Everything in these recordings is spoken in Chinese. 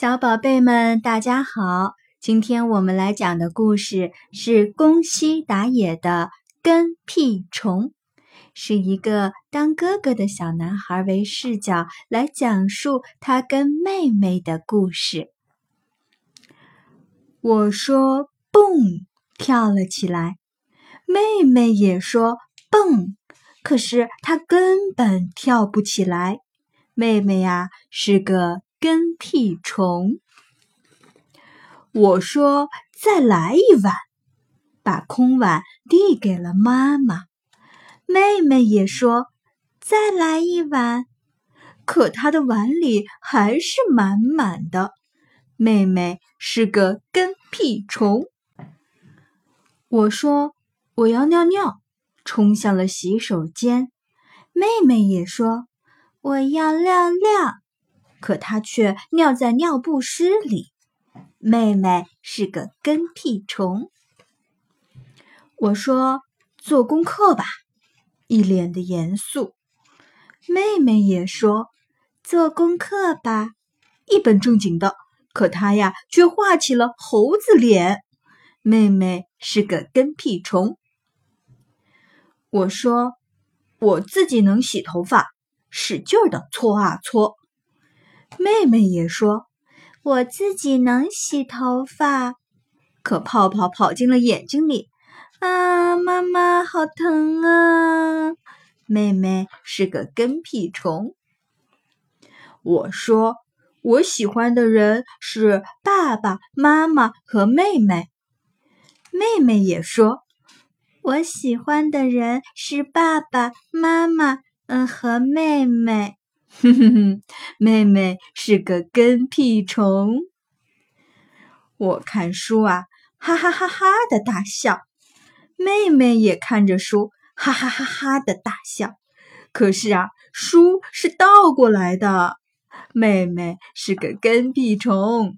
小宝贝们，大家好！今天我们来讲的故事是宫西达也的《跟屁虫》，是一个当哥哥的小男孩为视角来讲述他跟妹妹的故事。我说蹦，跳了起来，妹妹也说蹦，可是她根本跳不起来。妹妹呀，是个跟屁虫。我说再来一碗，把空碗递给了妈妈。妹妹也说再来一碗，可她的碗里还是满满的。妹妹是个跟屁虫。我说我要尿尿，冲向了洗手间。妹妹也说我要尿尿，可她却尿在尿不湿里。妹妹是个跟屁虫。我说做功课吧，一脸的严肃。妹妹也说做功课吧，一本正经的，可她呀却画起了猴子脸。妹妹是个跟屁虫。我说我自己能洗头发，使劲的搓啊搓。妹妹也说我自己能洗头发，可泡泡跑进了眼睛里。啊，妈妈好疼啊！妹妹是个跟屁虫。我说我喜欢的人是爸爸妈妈和妹妹。妹妹也说我喜欢的人是爸爸妈妈和妹妹。哼哼哼，妹妹是个跟屁虫。我看书啊，哈哈哈哈的大笑。妹妹也看着书，哈哈哈哈的大笑。可是啊，书是倒过来的。妹妹是个跟屁虫。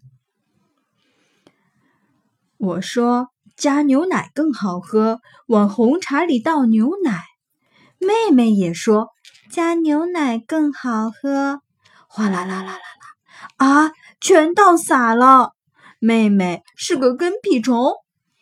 我说加牛奶更好喝，往红茶里倒牛奶。妹妹也说加牛奶更好喝，哗啦啦啦啦啦，啊，全倒洒了。妹妹是个跟屁虫。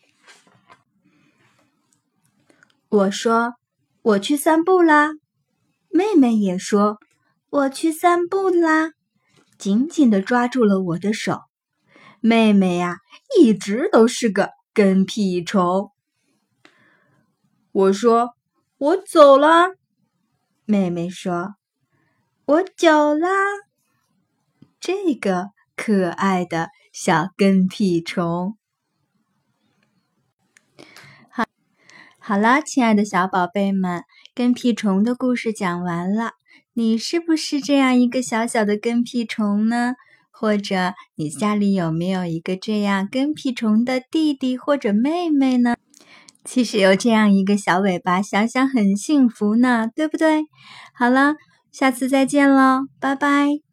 我说我去散步啦。妹妹也说我去散步啦，紧紧地抓住了我的手。妹妹呀，一直都是个跟屁虫。我说我走啦。妹妹说我走啦。这个可爱的小跟屁虫。好啦，亲爱的小宝贝们，跟屁虫的故事讲完了。你是不是这样一个小小的跟屁虫呢？或者你家里有没有一个这样跟屁虫的弟弟或者妹妹呢？其实有这样一个小尾巴，想想很幸福呢，对不对？好了，下次再见喽，拜拜。